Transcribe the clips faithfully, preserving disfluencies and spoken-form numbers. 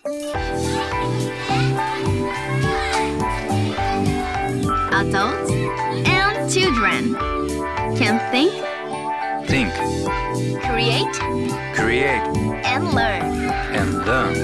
Adults and children can think, Think, create, create, and learn. and learn.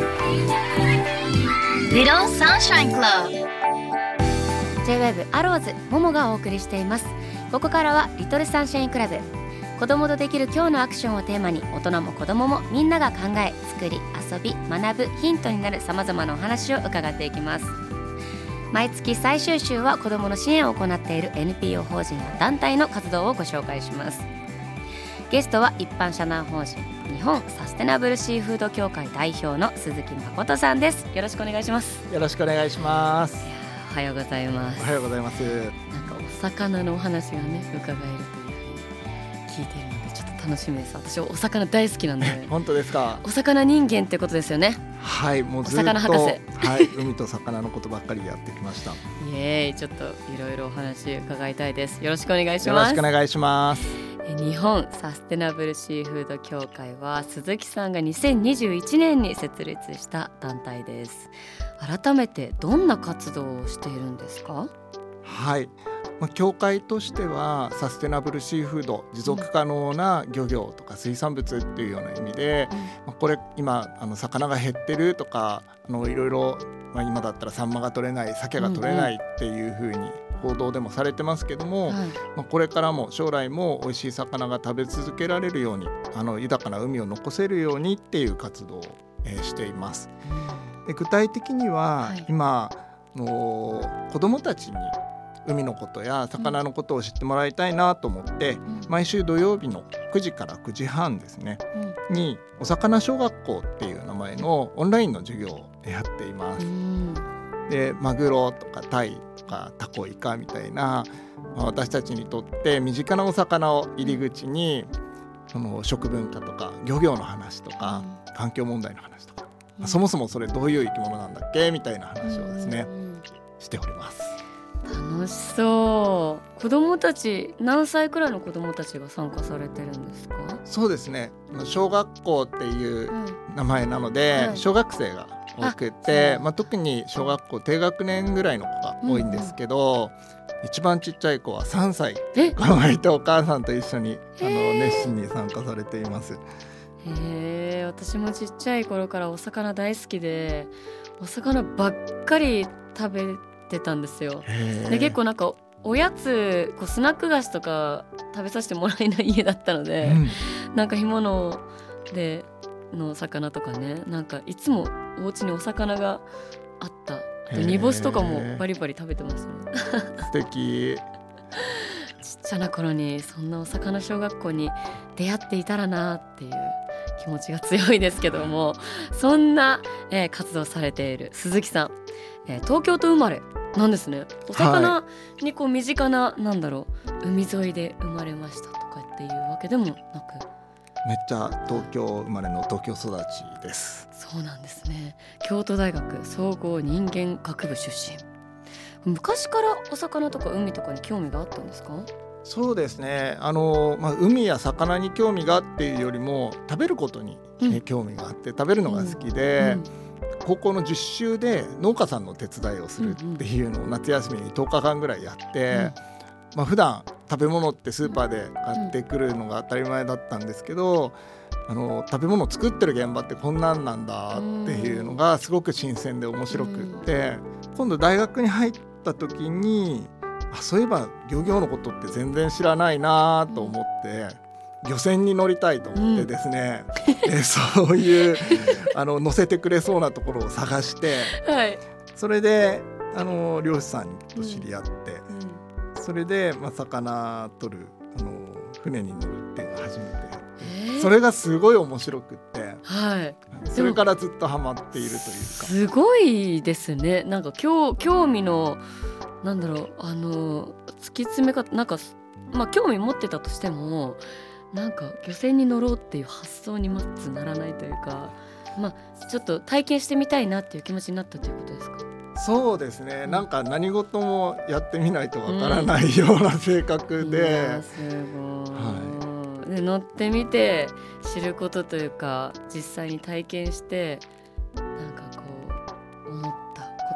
Little Sunshine Club。 J-ウェーブ アローズももがお送りしています。ここからはリトルサンシャインクラブ。子供とできる今日のアクションをテーマに、大人も子供もみんなが考え、作り、遊び、学ぶヒントになるさまざまなお話を伺っていきます。毎月最終週は子どもの支援を行っている エヌピーオー 法人や団体の活動をご紹介します。ゲストは一般社団法人日本サステナブルシーフード協会代表の鈴木誠さんです。よろしくお願いします。 よろしくお願いします。 いやおはようございます。 おはようございます。 なんかお魚のお話がね伺えるというふうに聞いているのでちょっと楽しみです。私お魚大好きなんで本当ですか。 お魚人間ってことですよね。 はい、もうずっとお魚博士はい、海と魚のことばっかりやってきましたイエーイ、ちょっといろいろお話伺いたいです。よろしくお願いしよろます。 しくお願いします。 日本サステナブルシーフード協会は鈴木さんがにせんにじゅういちねんに設立した団体です。改めてどんな活動をしているんですか？ はい、まあ、協会としてはサステナブルシーフード、持続可能な漁業とか水産物っていうような意味で、 うんまあ、これ今あの魚が減ってるとかあのいろいろ、まあ、今だったらサンマが取れない、鮭が取れないっていうふうに報道でもされてますけども、 はいまあ、これからも将来も美味しい魚が食べ続けられるように、あの豊かな海を残せるようにっていう活動を、えーしています。で具体的には、 はい今の子どもたちに海のことや魚のことを知ってもらいたいなと思って、 うん毎週土曜日のくじからくじはんですねうんにお魚小学校っていう名前のオンラインの授業をやっています。 うんでマグロとかタイとかタコイカみたいな、まあ私たちにとって身近なお魚を入り口にその食文化とか漁業の話とか環境問題の話とか、まあそもそもそれどういう生き物なんだっけみたいな話をですねうんしております。 楽しそう。子供たち何歳くらいの子供たちが参加されてるんですか？ そうですね、小学校っていううん名前なので、 はい小学生が多くあて、 そうまあ、特に小学校低学年ぐらいの子が多いんですけど、一番ちっちゃい子はさんさいえ可愛いとお母さんと一緒にあのへー熱心に参加されています。 へえ、私もちっちゃい頃からお魚大好きでお魚ばっかり食べてたんですよ。で結構なんかおやつこうスナック菓子とか食べさせてもらえない家だったので、 うんなんか干物での魚とかね、なんかいつもお家にお魚があった。あと煮干しとかもバリバリ食べてましたね素敵。 ちっちゃな頃にそんなお魚小学校に出会っていたらなっていう気持ちが強いですけども、そんな、えー活動されている鈴木さん、えー東京都生まれなんですね。お魚にこう身近な、なんだろう、海沿いで生まれましたとかっていうわけでもなく。 めっちゃ東京生まれの東京育ちです。 そうなんですね。京都大学総合人間学部出身。昔からお魚とか海とかに興味があったんですか？ そうですね、あの、まあ、海や魚に興味がっていうよりも食べることに、えうん興味があって食べるのが好きで、 うん高校の実習で農家さんの手伝いをするっていうのを夏休みにとおかかんぐらいやって、まあ、普段食べ物ってスーパーで買ってくるのが当たり前だったんですけど、あの食べ物を作ってる現場ってこんなんなんだっていうのがすごく新鮮で面白くって、今度大学に入った時にあそういえば漁業のことって全然知らないなと思って漁船に乗りたいと思ってですね、うん、えそういうあの乗せてくれそうなところを探してはい、 それであの漁師さんと知り合って、 うんそれで、まあ、魚取るあの船に乗るっていうのを初めてやって、 えーそれがすごい面白くってはい、 それからずっとハマっているというか。 すごいですね。なんか興興味のなんだろう、あの突き詰め方なんか、まあ、興味持ってたとしてもなんか漁船に乗ろうっていう発想にまずならないというか、まあ、ちょっと体験してみたいなっていう気持ちになったということですか？ そうですね、なんか何事もやってみないとわからないような性格で、 いやすごい、で乗ってみて知ることというか実際に体験してなんかこ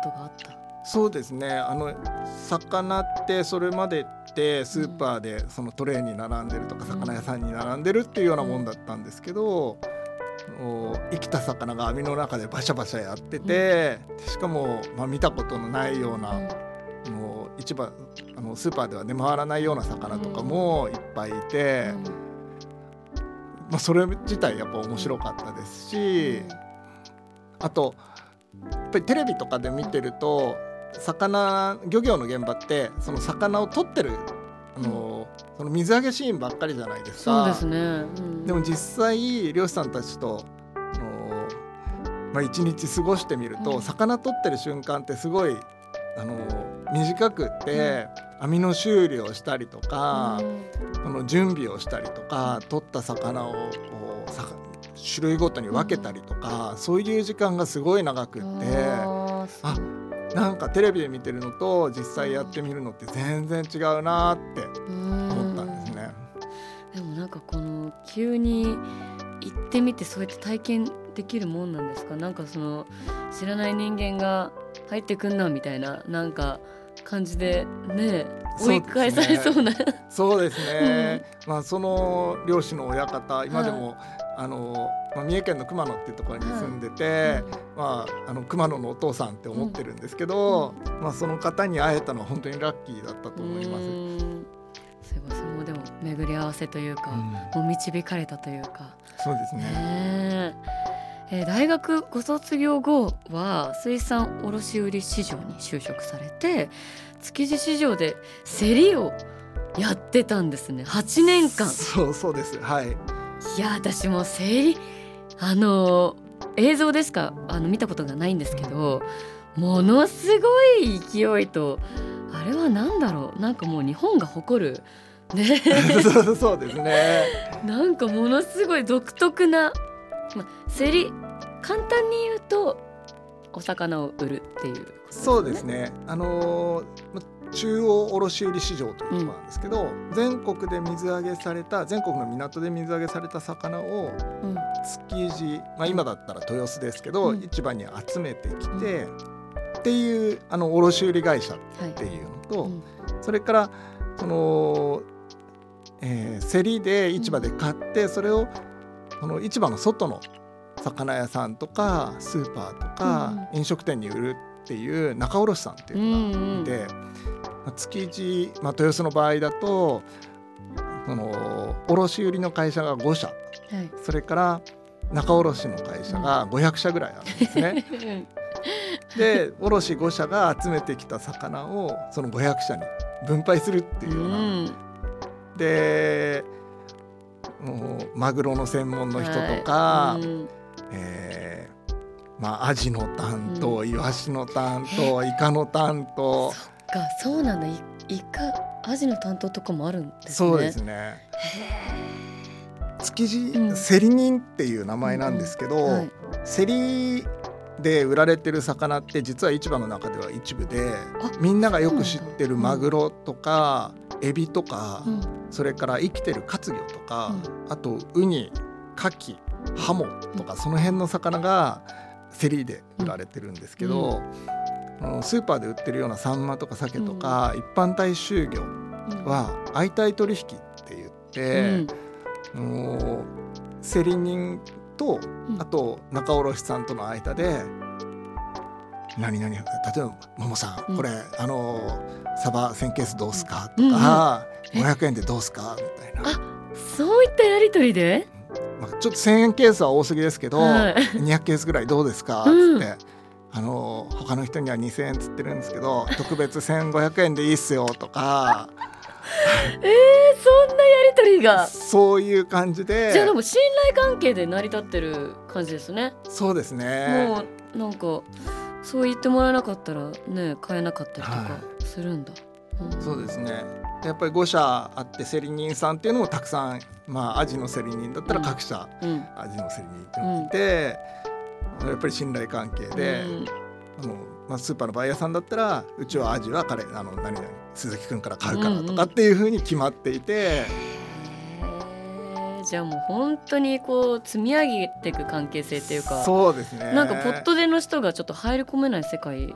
ことがあった？ そうですね、あの魚ってそれまでってスーパーでそのトレーに並んでるとか、 うん、 魚屋さんに並んでるっていうようなもんだったんですけど、うん、生きた魚が網の中でバシャバシャやってて、うん、しかも、まあ、見たことのないような、うん、もう市場あのスーパーでは出回らないような魚とかもいっぱいいて、うん、まあ、それ自体やっぱ面白かったですし、うん、あとやっぱりテレビとかで見てると魚漁業の現場ってその魚を取ってるあの、うん、その水揚げシーンばっかりじゃないですか。 そうですね、うん、でも実際漁師さんたちとあの、まあ、一日過ごしてみると、うん、魚取ってる瞬間ってすごいあの短くって、うん、網の修理をしたりとか、うん、その準備をしたりとか、うん、取った魚をこうさ種類ごとに分けたりとか、うん、そういう時間がすごい長くって、あなんかテレビで見てるのと実際やってみるのって全然違うなって思ったんですね。 でもなんかこの急に行ってみてそうやって体験できるもんなんですか？なんかその知らない人間が入ってくんなみたいななんか感じでね追い返されそうな。 そうですね、うん、まあ、その漁師の親方今でも、はい、あのまあ、三重県の熊野っていうところに住んでて、はい、まあ、あの熊野のお父さんって思ってるんですけど、うん、まあ、その方に会えたのは本当にラッキーだったと思います。 うん、すごい、それもでも巡り合わせというか、うん、もう導かれたというか。 そうですね、 えー、大学ご卒業後は水産卸売市場に就職されて築地市場で競りをやってたんですね。はちねんかん。 そうそうです、はい。 いや私も競りあの映像でしかあの見たことがないんですけど、ものすごい勢いと、あれはなんだろう、なんかもう日本が誇るねそうそうですね。 なんかものすごい独特な、ま、競り簡単に言うとお魚を売るっていうことですね。 そうですね、あのー、中央卸売市場というところなんですけど、うん、全国で水揚げされた全国の港で水揚げされた魚を築地、まあ、今だったら豊洲ですけど、うん、市場に集めてきて、うん、っていうあの卸売会社っていうのと、はい、うん、それからその、えー、競りで市場で買って、うん、それをその市場の外の魚屋さんとかスーパーとか飲食店に売るっていう仲卸さんっていうのがいて、うんうん、築地、まあ、豊洲の場合だとその卸売の会社がごしゃ、はい、それから仲卸の会社がごひゃくしゃぐらいあるんですね、うん、で卸ごしゃが集めてきた魚をそのごひゃくしゃに分配するっていうような、うん、でもうマグロの専門の人とか、はい、うん、えーまあ、アジの担当、うん、イワシの担当、イカの担当。 そっか、そうなんだ。イカ、アジの担当とかもあるんですね。 そうですね。築地、うん、競り人っていう名前なんですけど、うんうん、はい、競りで売られてる魚って実は市場の中では一部で、みんながよく知ってるマグロとか、うん、エビとか、うん、それから生きてる活魚とか、うん、あとウニ、カキ、ハモとか、その辺の魚が競りで売られてるんですけど、うん、スーパーで売ってるようなサンマとかサケとか、うん、一般大衆魚は相対取引って言って、うん、競り人とあと仲卸さんとの間で、何々、例えばももさん、うん、これあのサバせんケースどうすかとか、うんうん、ごひゃくえんでどうすかみたいな。 あ、そういったやり取りで、 まあ、ちょっとせんえんケースは多すぎですけど、はい、にひゃくケースぐらいどうですかっつって、うん、あの他の人にはにせんえんつってるんですけど特別せんごひゃくえんでいいっすよとかえー、そんなやり取りが。 そういう感じで。 じゃあでも信頼関係で成り立ってる感じですね。 そうですね。 もうなんかそう言ってもらえなかったらね、買えなかったりとかするんだ、はい、うん、そうですね。 やっぱりご社あって競り人さんっていうのもたくさん、まあ、アジの競り人だったら各社、うん、アジの競り人っていうのがいて、うん、やっぱり信頼関係で、うん、あのまあ、スーパーのバイヤーさんだったらうちはアジは彼あの何々鈴木くんから買うからとかっていう風に決まっていて、 うんうん、じゃあもう本当にこう積み上げていく関係性っていうか。 そうですね。 なんかポットでの人がちょっと入り込めない世界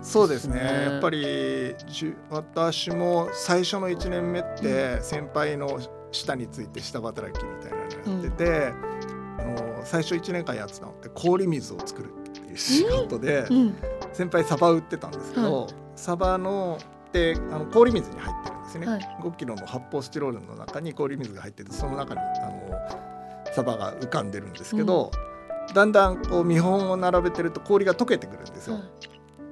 そうですね、 ねやっぱりじ私も最初のいちねんめって先輩の下について下働きみたいなのやってて、うん、あの最初いちねんかんやってたのって氷水を作るっていう仕事で、うん、先輩サバ売ってたんですけど、はい、サバのってあの氷水に入ってるんですよね、はい、ごキロの発泡スチロールの中に氷水が入ってて、その中にあのサバが浮かんでるんですけど、うん、だんだんこう見本を並べてると氷が溶けてくるんですよ、はい、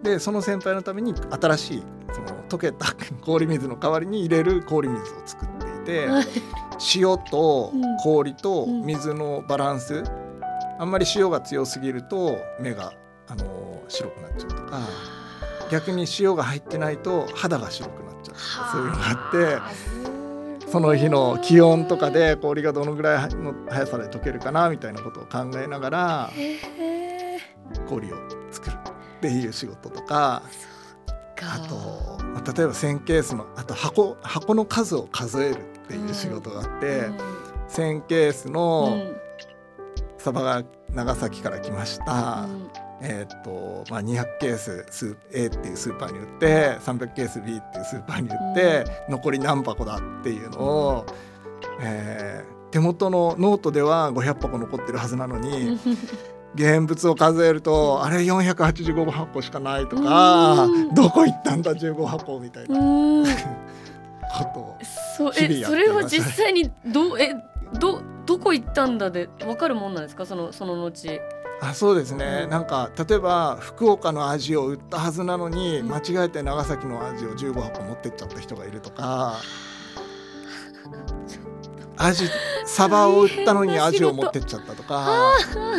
でその先輩のために新しいその溶けた氷水の代わりに入れる氷水を作っていて、はい、塩と氷と水のバランス、うん、あんまり塩が強すぎると目があの白くなっちゃうとか、逆に塩が入ってないと肌が白くなっちゃうとか、そういうのがあって、その日の気温とかで氷がどのぐらいの速さで溶けるかなみたいなことを考えながら氷を作るっていう仕事とか、あと、まあ、例えばせんケースのあと 箱, 箱の数を数えるっていう仕事があって、うん、せんケースのサバが長崎から来ました、うんえーとまあ、にひゃくケースス A っていうスーパーに売ってさんびゃくケース B っていうスーパーに売って、うん、残り何箱だっていうのを、えー、手元のノートではごひゃくはこ残ってるはずなのに現物を数えるとあれよんひゃくはちじゅうごはこしかないとか、どこ行ったんだじゅうごはこみたいなことを日々やっていました。 それは実際に ど, え ど, どこ行ったんだで分かるもんなんですか、その、その後。 あそうですね、なんか例えば福岡のアジを売ったはずなのに、うん、間違えて長崎のアジをじゅうごはこ持ってっちゃった人がいるとか、アジサバを売ったのにアジを持ってっちゃったとか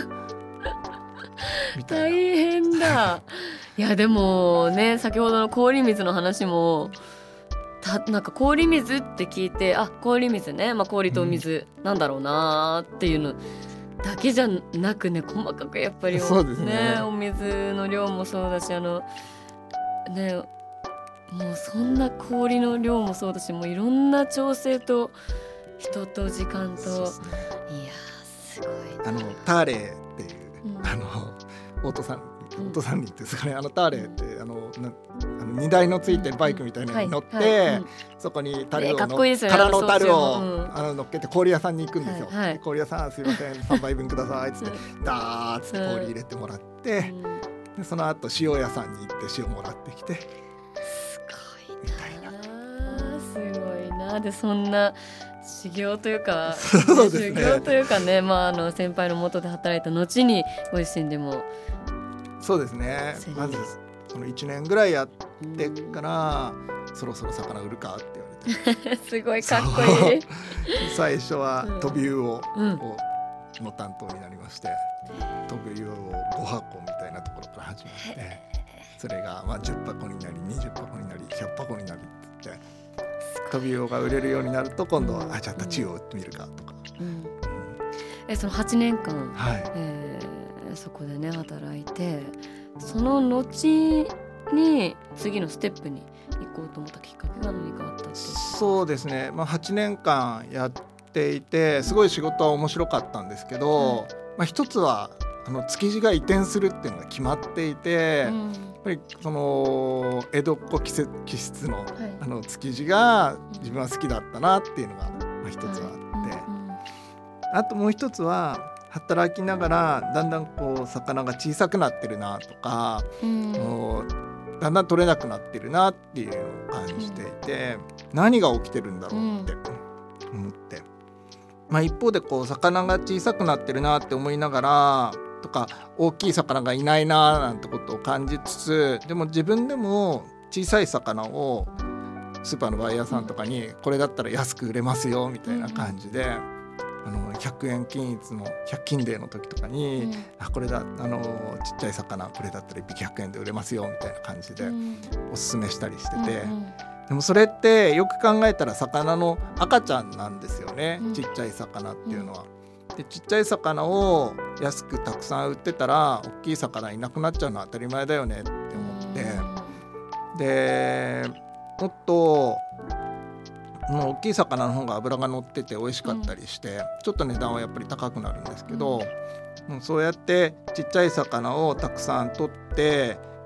みたいな。大変だいやでもね、先ほどの氷水の話もたなんか氷水って聞いて、あ氷水ね、まあ、氷と水なんだろうなっていうの、うんだけじゃなくね、細かくやっぱりそうですね、 ね、お水の量もそうだし、あのねもうそんな氷の量もそうだし、もういろんな調整と人と時間と、そうですね、いやすごいな。 あのターレーっていう、うん、あのオートサンオートサンリーってですかね、あのターレーって、うん、あのなあの荷台のついてるバイクみたいなのに乗って、うんはいはいうん、そこに樽をの、ね、空の樽を、うん、あの乗っけて氷屋さんに行くんですよ、はいはい、氷屋さんすいませんさんばいぶんくださいっつってダーッつって氷入れてもらって、うん、でその後塩屋さんに行って塩もらってきて、すごいなみたいな、すごいな。でそんな修行というかそうですね、 修行というかね、まあ、あの先輩の下で働いた後にご自身でもそうですね、まずそのいちねんぐらいやってからそろそろ魚売るかって言われてすごいかっこいい最初はトビウオうん、 の担当になりまして、トビウオごはこみたいなところから始まって、それがまあじゅっぱこになりにじゅっぱこになりひゃっぱこになりって言って、トビウオが売れるようになると今度は、うん、あじゃあタチウオ売ってみるかとか、うんうん、 えそのはちねんかん、 はいえー、そこでね働いて、その後に次のステップに行こうと思ったきっかけが何かあったって。 そうですね、まあ、はちねんかんやっていてすごい仕事は面白かったんですけど、うんまあ、一つはあの築地が移転するっていうのが決まっていて、うん、やっぱりその江戸っ子気質 の,、はい、あの築地が自分は好きだったなっていうのが、まあ、一つはあって、はいうんうん、あともう一つは働きながらだんだんこう魚が小さくなってるなとか、うん、だんだん取れなくなってるなっていうのを感じていて、うん、何が起きてるんだろうって思って、まあ、一方でこう魚が小さくなってるなって思いながらとか大きい魚がいないななんてことを感じつつ、でも自分でも小さい魚をスーパーのバイヤーさんとかにこれだったら安く売れますよみたいな感じで、あのひゃくえん均一のひゃく均デーの時とかに、うん、あこれだあのちっちゃい魚これだったらいっぴきひゃくえんで売れますよみたいな感じでおすすめしたりしてて、うんうん、でもそれってよく考えたら魚の赤ちゃんなんですよね、うん、ちっちゃい魚っていうのは。でちっちゃい魚を安くたくさん売ってたら大きい魚いなくなっちゃうのは当たり前だよねって思って、うん、でもっと大きい魚の方が脂が乗ってて美味しかったりして、うん、ちょっと値段はやっぱり高くなるんですけど、うん、そうやってちっちゃい魚をたくさん取って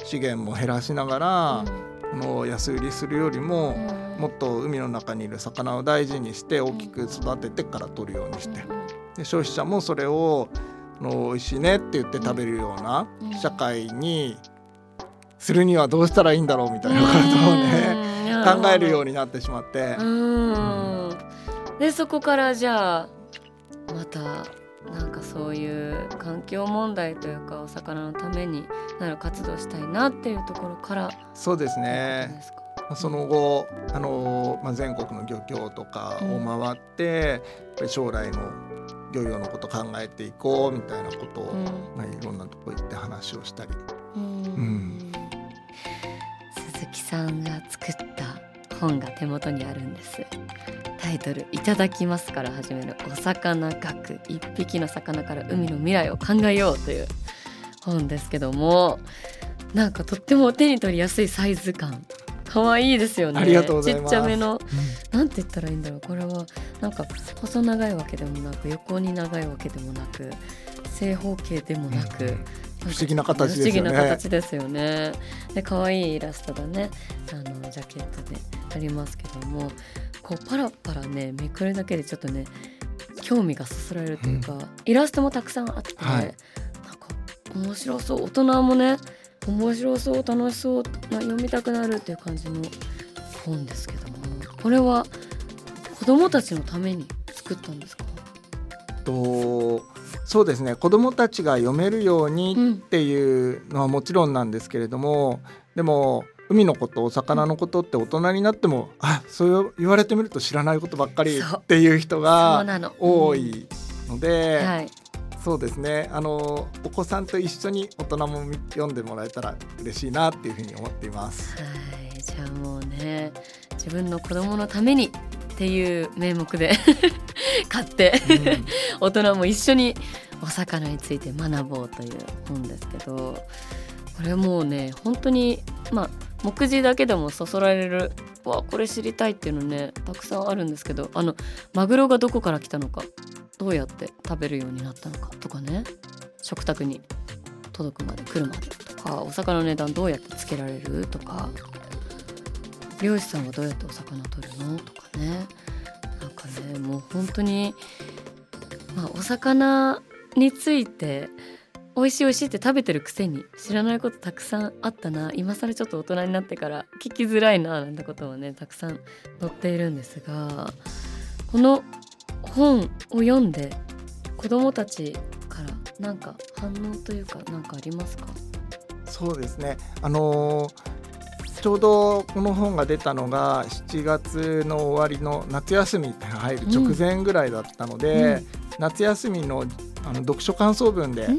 資源も減らしながら、うん、の安売りするよりも、うん、もっと海の中にいる魚を大事にして大きく育ててから取るようにして、うん、で消費者もそれをの美味しいねって言って食べるような社会にするにはどうしたらいいんだろうみたいなことをね、うん、考えるようになってしまって、うん、 でそこからじゃあまたなんかそういう環境問題というかお魚のためになる活動したいなっていうところから。 そうですね。その後あの、まあ、全国の漁協とかを回って、うん、やっぱり将来の漁業のこと考えていこうみたいなことを、うんまあ、いろんなとこ行って話をしたり、うんうん、 鈴木さんが作った本が手元にあるんです。タイトルいただきますから始めるお魚学、一匹の魚から海の未来を考えようという本ですけども、なんかとっても手に取りやすいサイズ感、かわいいですよね。 ありがとうございます。 ちっちゃめの、 うん、 なんて言ったらいいんだろう。これはなんか細長いわけでもなく横に長いわけでもなく正方形でもなく、うん、 不思議な形ですよね。 不思議な形ですよね。で可愛いイラストがねあのジャケットでありますけども、こうパラパラねめくるだけでちょっとね興味がそそられるというか、うん、イラストもたくさんあって、はい、なんか面白そう、大人もね面白そう楽しそう読みたくなるっていう感じの本ですけども、これは子どもたちのために作ったんですか？ とそうですね、子どもたちが読めるようにっていうのはもちろんなんですけれども、うん、でも海のことお魚のことって大人になっても、うん、あそう言われてみると知らないことばっかりっていう人が多いので、うんはい、そうですね、あのお子さんと一緒に大人も読んでもらえたら嬉しいなっていうふうに思っています。 はい、じゃあもうね自分の子供のためにっていう名目で買って、うん、大人も一緒にお魚について学ぼうという本ですけど、これもうね本当にまあ目次だけでもそそられるわこれ知りたいっていうのねたくさんあるんですけど、あのマグロがどこから来たのか、どうやって食べるようになったのかとかね、食卓に届くまで来るまでとか、お魚の値段どうやってつけられるとか、漁師さんはどうやってお魚取るのとかね、なんかねもう本当に、まあ、お魚について美味しい美味しいって食べてるくせに知らないことたくさんあったな、今更ちょっと大人になってから聞きづらいななんてことはねたくさん載っているんですが、この本を読んで子どもたちからなんか反応というかなんかありますか？ そうですね、あのーちょうどこの本が出たのがしちがつの終わりの夏休みに入る直前ぐらいだったので、うんうん、夏休み の, あの読書感想文で、うん、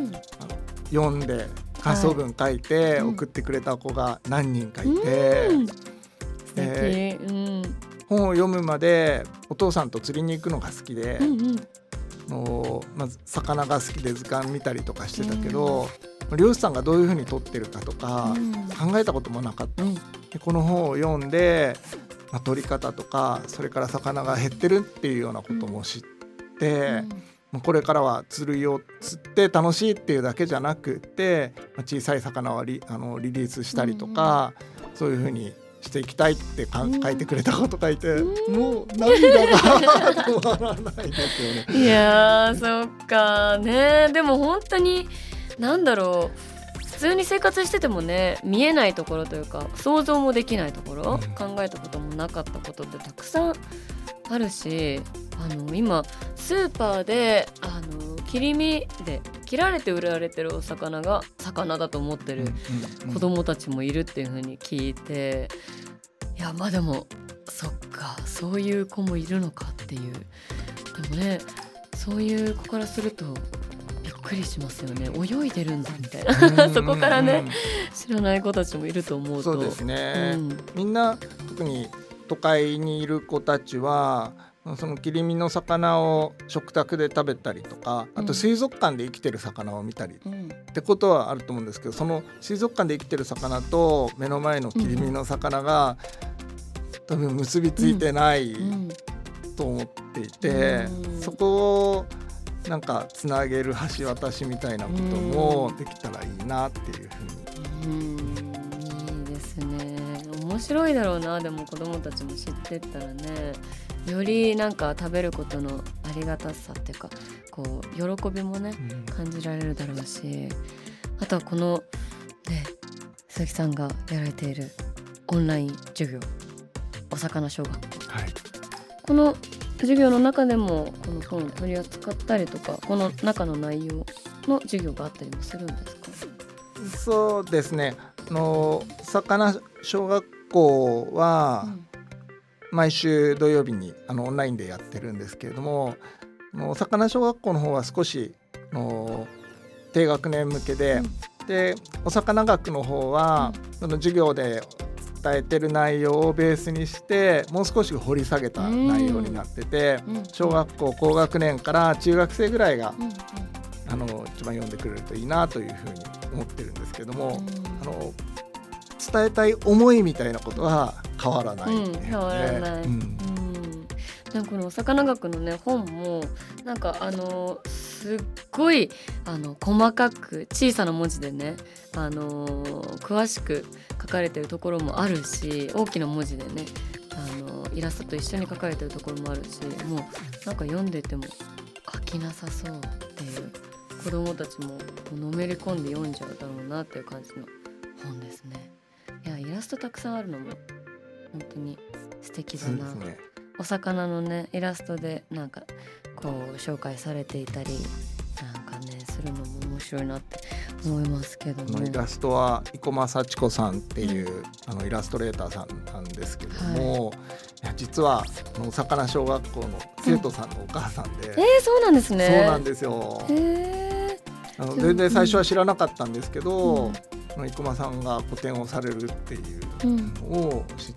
読んで感想文書いて送ってくれた子が何人かいて、うんえーうん、本を読むまでお父さんと釣りに行くのが好きで、うんうんのまず魚が好きで図鑑見たりとかしてたけど、うん、漁師さんがどういうふうに取ってるかとか考えたこともなかった、うん、でこの本を読んで、まあ、取り方とかそれから魚が減ってるっていうようなことも知って、うん、これからは釣るよ釣って楽しいっていうだけじゃなくて、まあ、小さい魚は リ, あのリリースしたりとか、うん、そういうふうにしていきたいってか、うん、書いてくれた子とかいて、うん、もう涙が止まらないですよね。 いやーそっかね。でも本当になんだろう、普通に生活しててもね見えないところというか想像もできないところ、うん、考えたこともなかったことってたくさんあるし、あの今スーパーであの切り身で切られて売られてるお魚が魚だと思ってる子供たちもいるっていう風に聞いて、いやまあでもそっかそういう子もいるのかっていう、でもねそういう子からするとびっくりしますよね。泳いでるんだみたいなそこからね知らない子たちもいると思うと、 そうですね、うん、みんな特に都会にいる子たちはその切り身の魚を食卓で食べたりとか、あと水族館で生きてる魚を見たりってことはあると思うんですけど、その水族館で生きてる魚と目の前の切り身の魚が多分結びついてないと思っていて、そこをなんかつなげる橋渡しみたいなこともできたらいいなっていうふうにん、いいですね。面白いだろうな。でも子供たちも知ってったらね、よりなんか食べることのありがたさっていうか、こう喜びもね、 うん感じられるだろうし、あとはこのね、鈴木さんがやられているオンライン授業、お魚小学校、 はい、 この授業の中でもこの本を取り扱ったりとか、この中の内容の授業があったりもするんですか？ そうですね、あの魚小学校は、 うん毎週土曜日にあのオンラインでやってるんですけれども、お魚小学校の方は少しの低学年向けで、うん、でお魚学の方は、うん、その授業で伝えてる内容をベースにしてもう少し掘り下げた内容になってて、うん、小学校高学年から中学生ぐらいが、うん、あの一番読んでくれるといいなというふうに思ってるんですけども、うん、あの伝えたい思いみたいなことは変わらない、ね、 うん、変わらない、うんうん、なんかこのお魚学のね本もなんかあのすっごいあの細かく小さな文字でね、あの詳しく書かれてるところもあるし、大きな文字でねあのイラストと一緒に書かれてるところもあるし、もうなんか読んでても飽きなさそうっていう、子供たちものめり込んで読んじゃうだろうなっていう感じの本ですね。いやイラストたくさんあるのも本当に素敵だな。そうですね、お魚のねイラストでなんかこう紹介されていたりなんかねするのも面白いなって思いますけどね。 イラストは生駒幸子さんっていう、うん、あのイラストレーターさんなんですけども、はい、いや実はお魚小学校の生徒さんのお母さんで、うん、 えー、そうなんですね。 そうなんですよ。 へー、あの全然最初は知らなかったんですけど、うん、生駒さんが個展をされるっていうのを知って、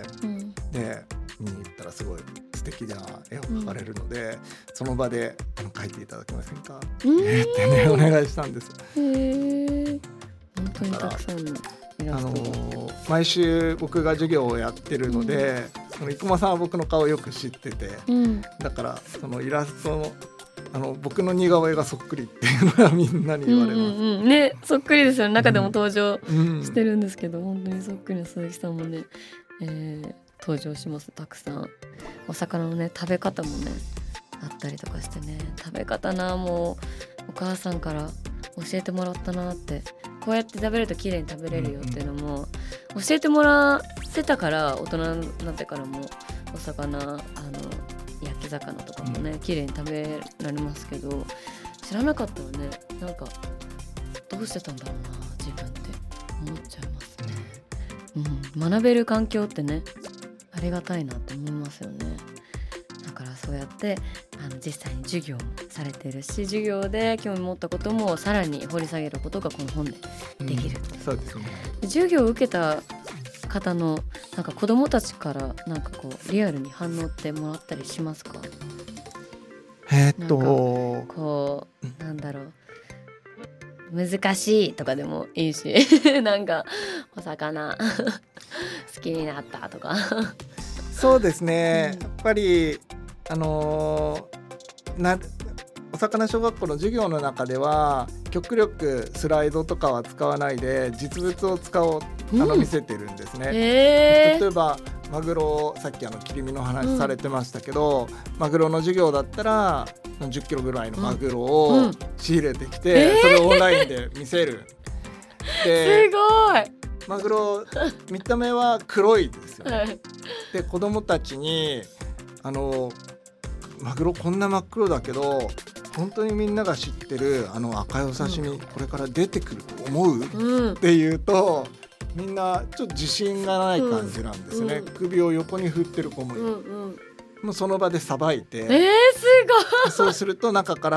うん、で見に行ったらすごい素敵な絵を描かれるので、うん、その場であの描いていただけませんか、うん、えー、ってねお願いしたんです。 へー、本当にたくさんのイラスト、あのー、毎週僕が授業をやってるので、うん、その生駒さんは僕の顔をよく知ってて、うん、だからそのイラストのあの僕の似顔絵がそっくりっていうのはみんなに言われます、うんうんうん、ね、そっくりですよね。中でも登場してるんですけど、うん、本当にそっくりな鈴木さんもね、えー、登場します。たくさんお魚のね食べ方もねあったりとかしてね、食べ方なもうお母さんから教えてもらったなって、こうやって食べると綺麗に食べれるよっていうのも教えてもらってたから、大人になってからもお魚あの焼き魚とかもね、うん、綺麗に食べられますけど、知らなかったらね、なんかどうしてたんだろうな自分って思っちゃいますね、うん、学べる環境ってねありがたいなって思いますよね。だからそうやってあの実際に授業もされてるし、授業で興味持ったこともさらに掘り下げることがこの本でできる、うん、 そうですね。 授業を受けた方のなんか子どもたちからなんかこうリアルに反応ってもらったりしますか？ えー、っとこうなんだろう、難しいとかでもいいしなんかお魚好きになったとかそうですね、うん、やっぱりあのー、なお魚小学校の授業の中では極力スライドとかは使わないで実物を使おう、うん、あの見せてるんですね、えー、例えばマグロ、さっきあの切り身の話されてましたけど、うん、マグロの授業だったらじゅっキロぐらいのマグロを仕入れてきて、うんうん、それをオンラインで見せる、 えー、すごい。 マグロ見た目は黒いですよね、はい、で子供たちにあのマグロこんな真っ黒だけど本当にみんなが知ってるあの赤いお刺身、うん、これから出てくると思う、うん、っていうとみんなちょっと自信がない感じなんですね、うん、首を横に振ってる子もいる、うんうん、もうその場でさばいて、 えー、すごい。 そうすると中から、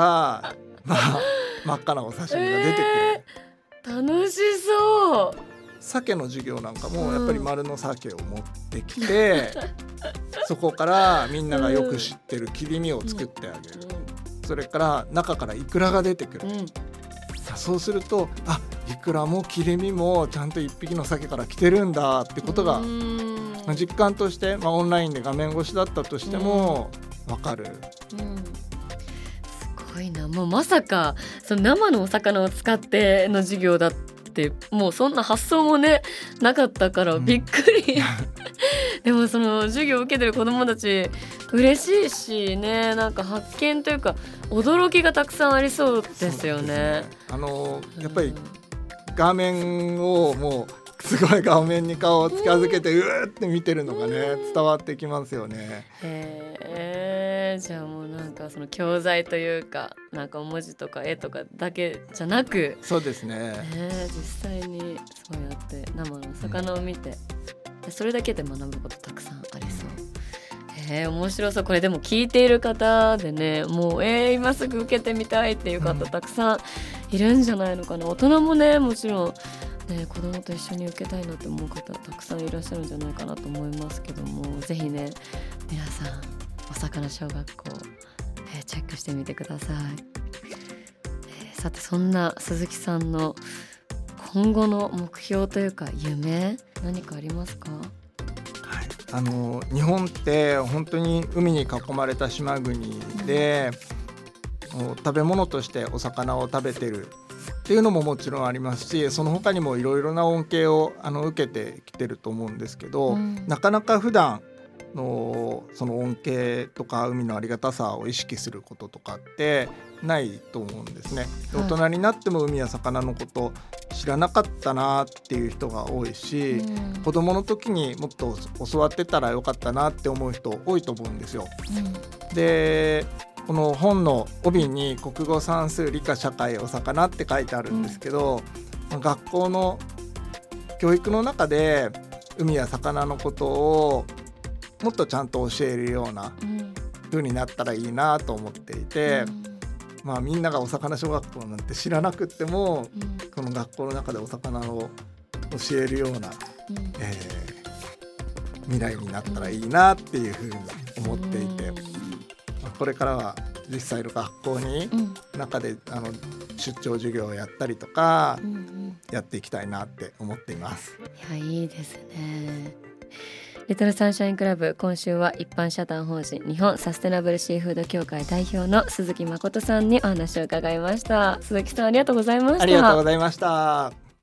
まあ、真っ赤なお刺身が出てくる、 えー、楽しそう。 鮭の授業なんかもやっぱり丸の鮭を持ってきて、うん、そこからみんながよく知ってる切り身を作ってあげる、うん、それから中からイクラが出てくる、うん、そうするとあイクラも切り身もちゃんと一匹の鮭から来てるんだってことが、まあ、実感として、まあ、オンラインで画面越しだったとしても分かる、うんうん、すごいな。もうまさかその生のお魚を使っての授業だっってもうそんな発想もねなかったからびっくり、うん、でもその授業を受けてる子どもたち嬉しいしね、なんか発見というか驚きがたくさんありそうですよ ね, ねあのやっぱり画面をもうすごい画面に顔を近づけてうーって見てるのがね伝わってきますよね。 へー、じゃあもうなんかその教材というかなんか文字とか絵とかだけじゃなく、 そうですね、 ね実際にそうやって生の魚を見て、うん、それだけで学ぶことたくさんありそう。えー、面白そう。これでも聞いている方でねもうえー、今すぐ受けてみたいっていう方たくさんいるんじゃないのかな、うん、大人もねもちろん、ね、子供と一緒に受けたいなって思う方たくさんいらっしゃるんじゃないかなと思いますけども、ぜひね皆さんお魚小学校、えー、チェックしてみてください。えー、さてそんな鈴木さんの今後の目標というか夢何かありますか？ あの日本って本当に海に囲まれた島国で、うん、食べ物としてお魚を食べてるっていうのももちろんありますし、その他にもいろいろな恩恵をあの受けてきてると思うんですけど、うん、なかなか普段のその恩恵とか海のありがたさを意識することとかってないと思うんですね。大人になっても海や魚のこと知らなかったなっていう人が多いし、うん、子供の時にもっと教わってたらよかったなって思う人多いと思うんですよ、うん、でこの本の帯に国語算数理科社会お魚って書いてあるんですけど、うん、学校の教育の中で海や魚のことをもっとちゃんと教えるような風になったらいいなと思っていて、うんまあ、みんながお魚小学校なんて知らなくっても、うん、この学校の中でお魚を教えるような、うんえー、未来になったらいいなっていうふうに思っていて、うんまあ、これからは実際の学校に中で、うん、あの出張授業をやったりとか、うんうん、やっていきたいなって思っています。 いやいいですね。リトルサンシャインクラブ、今週は一般社団法人日本サステナブルシーフード協会代表の鈴木誠さんにお話を伺いました。鈴木さんありがとうございました。 ありがとうございました。